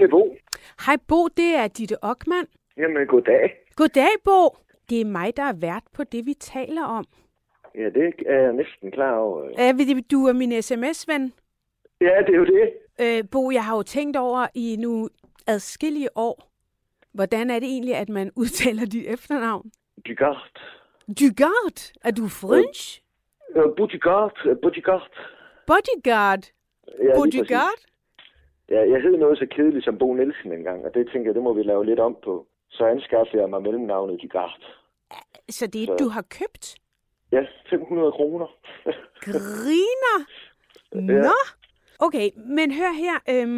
Det er Bo. Hej Bo, det er Ditte Okman. Jamen, goddag. Goddag Bo. Det er mig, der er vært på det, vi taler om. Ja, det er jeg næsten klar over. Du er min sms-ven. Ja, det er jo det. Bo, jeg har jo tænkt over i nu adskillige år, hvordan er det egentlig, at man udtaler dit efternavn? Dugard. Dugard? Er du French? Bodyguard. Bodyguard? Ja, Bodyguard? Ja, jeg hed noget så kedeligt som Bo Nielsen engang, og det tænker jeg, det må vi lave lidt om på. Så anskaffede jeg mig mellemnavnet Dugard. Så det er du har købt? Ja, 500 kroner. Griner? Ja. Nå? Okay, men hør her.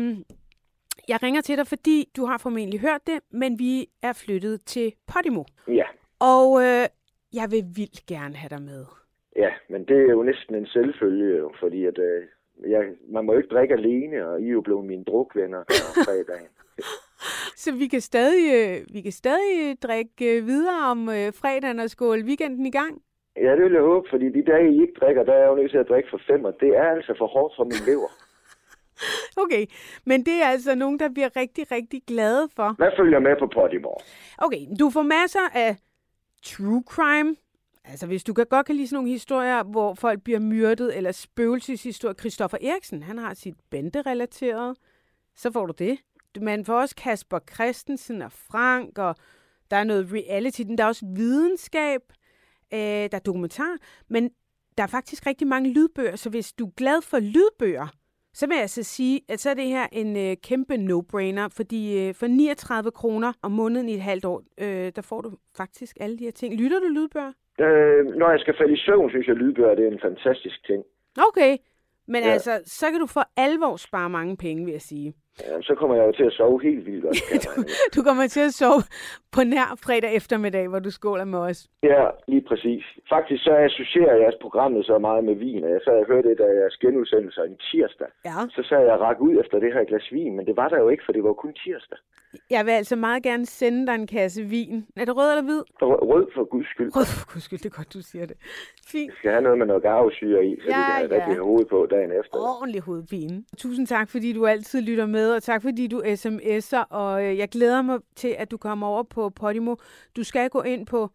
Jeg ringer til dig, fordi du har formentlig hørt det, men vi er flyttet til Podimo. Ja. Og jeg vil vildt gerne have dig med. Ja, men det er jo næsten en selvfølge, fordi at, man må jo ikke drikke alene, og I er jo blevet mine drukvenner hver fredag. Så vi kan stadig drikke videre om fredagen og skåle weekenden i gang? Ja, det vil jeg håbe, fordi de dage, I ikke drikker, der er jeg jo nødt til at drikke for 5, og det er altså for hårdt for min lever. Okay, men det er altså nogen, der bliver rigtig, rigtig glade for. Hvad følger med på Podimo? Okay, du får masser af true crime. Altså, hvis du godt kan lide sådan nogle historier, hvor folk bliver myrdet, eller spøgelseshistorier. Christoffer Eriksen, han har sit Bente-relateret. Så får du det. Man får også Kasper Christensen og Frank, og der er noget reality. Der er også videnskab, der er dokumentar. Men der er faktisk rigtig mange lydbøger, så hvis du er glad for lydbøger, så vil jeg altså sige, at så er det her en kæmpe no-brainer, fordi for 39 kroner om måneden i et halvt år, der får du faktisk alle de her ting. Lytter du lydbøger? Når jeg skal falde i søvn, synes jeg, at lydbøger det er en fantastisk ting. Okay, men altså, så kan du for alvor spare mange penge, vil jeg sige. Ja, så kommer jeg jo til at sove helt vildt godt. Du kommer til at sove på nær fredag eftermiddag, hvor du skåler med os. Ja, lige præcis. Faktisk så associerer jeg programmet så meget med vin, og jeg sad og hørte et af jeres genudsendelser en tirsdag. Ja. Så sad jeg rak ud efter det her glas vin, men det var der jo ikke, for det var kun tirsdag. Jeg vil altså meget gerne sende dig en kasse vin. Er det rød eller hvid? Rød for guds skyld. Rød for guds skyld, det er godt, du siger det. Fint. Jeg skal have noget med noget garvesyre i, så det kan jeg rigtig have hovedet på dagen efter. Ordentlig hovedpine. Tusind tak, fordi du altid lytter med, og tak fordi du sms'er, og jeg glæder mig til, at du kommer over på Podimo. Du skal gå ind på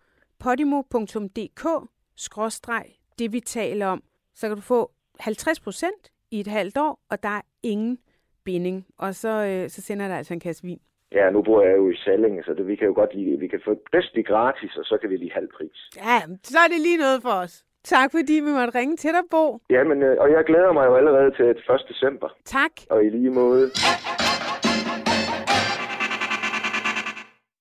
podimo.dk/det vi taler om. Så kan du få 50% i et halvt år, og der er ingen binding. Og så sender jeg dig altså en kasse vin. Ja, nu bor jeg jo i Salling, så vi kan jo godt lide, vi kan få bedst i gratis, og så kan vi lige halv pris. Ja, så er det lige noget for os. Tak fordi vi måtte ringe til dig, Bo. Jamen, og jeg glæder mig jo allerede til 1. december. Tak. Og i lige måde.